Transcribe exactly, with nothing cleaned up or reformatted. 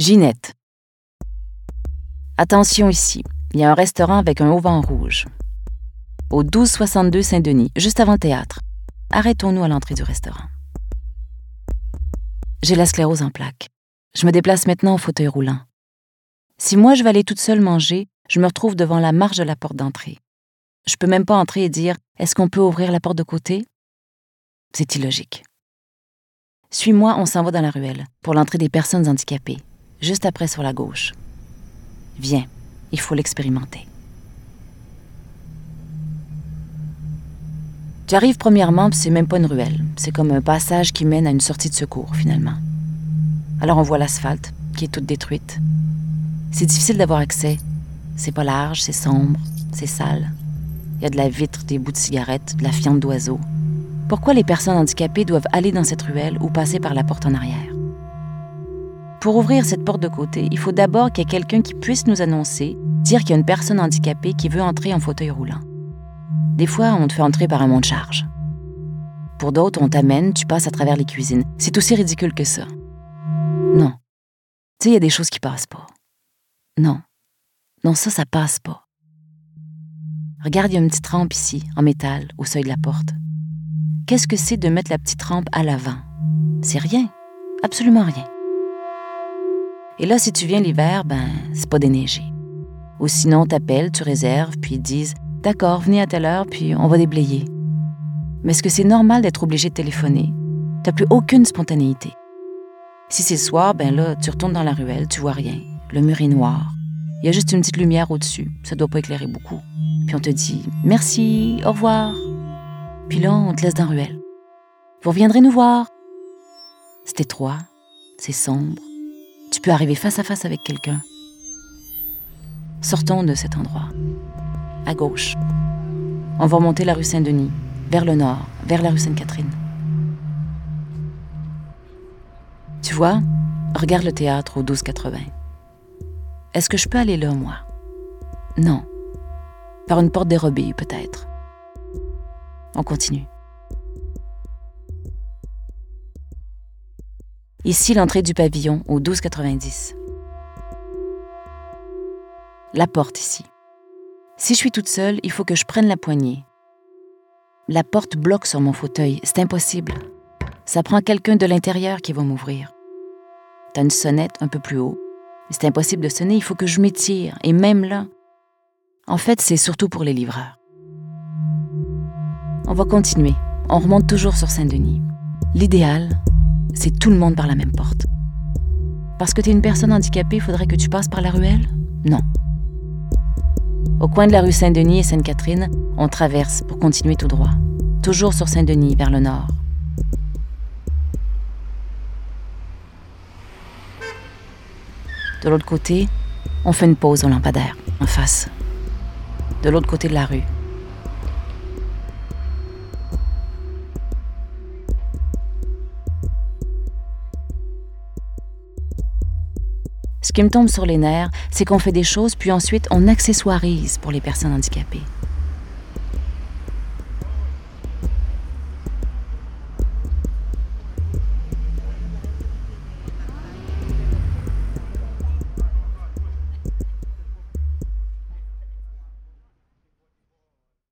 Ginette. Attention ici, il y a un restaurant avec un auvent rouge. Au douze soixante-deux Saint-Denis, juste avant le théâtre. Arrêtons-nous à l'entrée du restaurant. J'ai la sclérose en plaques. Je me déplace maintenant au fauteuil roulant. Si moi je vais aller toute seule manger, je me retrouve devant la marge de la porte d'entrée. Je peux même pas entrer et dire « Est-ce qu'on peut ouvrir la porte de côté ?» C'est illogique. Suis-moi, on s'en va dans la ruelle, pour l'entrée des personnes handicapées, juste après sur la gauche. Viens, il faut l'expérimenter. Tu arrives premièrement, puis c'est même pas une ruelle. C'est comme un passage qui mène à une sortie de secours, finalement. Alors on voit l'asphalte, qui est toute détruite. C'est difficile d'avoir accès. C'est pas large, c'est sombre, c'est sale. Il y a de la vitre, des bouts de cigarettes, de la fiente d'oiseaux. Pourquoi les personnes handicapées doivent aller dans cette ruelle ou passer par la porte en arrière? Pour ouvrir cette porte de côté, il faut d'abord qu'il y ait quelqu'un qui puisse nous annoncer, dire qu'il y a une personne handicapée qui veut entrer en fauteuil roulant. Des fois, on te fait entrer par un monte-charge. Pour d'autres, on t'amène, tu passes à travers les cuisines. C'est aussi ridicule que ça. Non. Tu sais, il y a des choses qui passent pas. Non. Non, ça, ça passe pas. Regarde, il y a une petite rampe ici, en métal, au seuil de la porte. Qu'est-ce que c'est de mettre la petite rampe à l'avant? C'est rien. Absolument rien. Et là, si tu viens l'hiver, ben, c'est pas déneigé. Ou sinon, t'appelles, tu réserves, puis ils disent « D'accord, venez à telle heure, puis on va déblayer. » Mais est-ce que c'est normal d'être obligé de téléphoner? T'as plus aucune spontanéité. Si c'est le soir, ben là, tu retournes dans la ruelle, tu vois rien. Le mur est noir. Il y a juste une petite lumière au-dessus. Ça doit pas éclairer beaucoup. Puis on te dit « Merci, au revoir. » Puis là, on te laisse dans la ruelle. Vous reviendrez nous voir. C'est étroit, c'est sombre. Tu peux arriver face à face avec quelqu'un. Sortons de cet endroit. À gauche. On va remonter la rue Saint-Denis, vers le nord, vers la rue Sainte-Catherine. Tu vois, regarde le théâtre au douze quatre-vingts. Est-ce que je peux aller là, moi? Non. Par une porte dérobée, peut-être. On continue. Ici, l'entrée du pavillon, au douze quatre-vingt-dix. La porte, ici. Si je suis toute seule, il faut que je prenne la poignée. La porte bloque sur mon fauteuil. C'est impossible. Ça prend quelqu'un de l'intérieur qui va m'ouvrir. T'as une sonnette un peu plus haut. Mais c'est impossible de sonner. Il faut que je m'étire. Et même là... En fait, c'est surtout pour les livreurs. On va continuer. On remonte toujours sur Saint-Denis. L'idéal, c'est tout le monde par la même porte. Parce que tu es une personne handicapée, il faudrait que tu passes par la ruelle? Non. Au coin de la rue Saint-Denis et Sainte-Catherine, on traverse pour continuer tout droit. Toujours sur Saint-Denis, vers le nord. De l'autre côté, on fait une pause au lampadaire, en face. De l'autre côté de la rue. Ce qui me tombe sur les nerfs, c'est qu'on fait des choses, puis ensuite on accessoirise pour les personnes handicapées.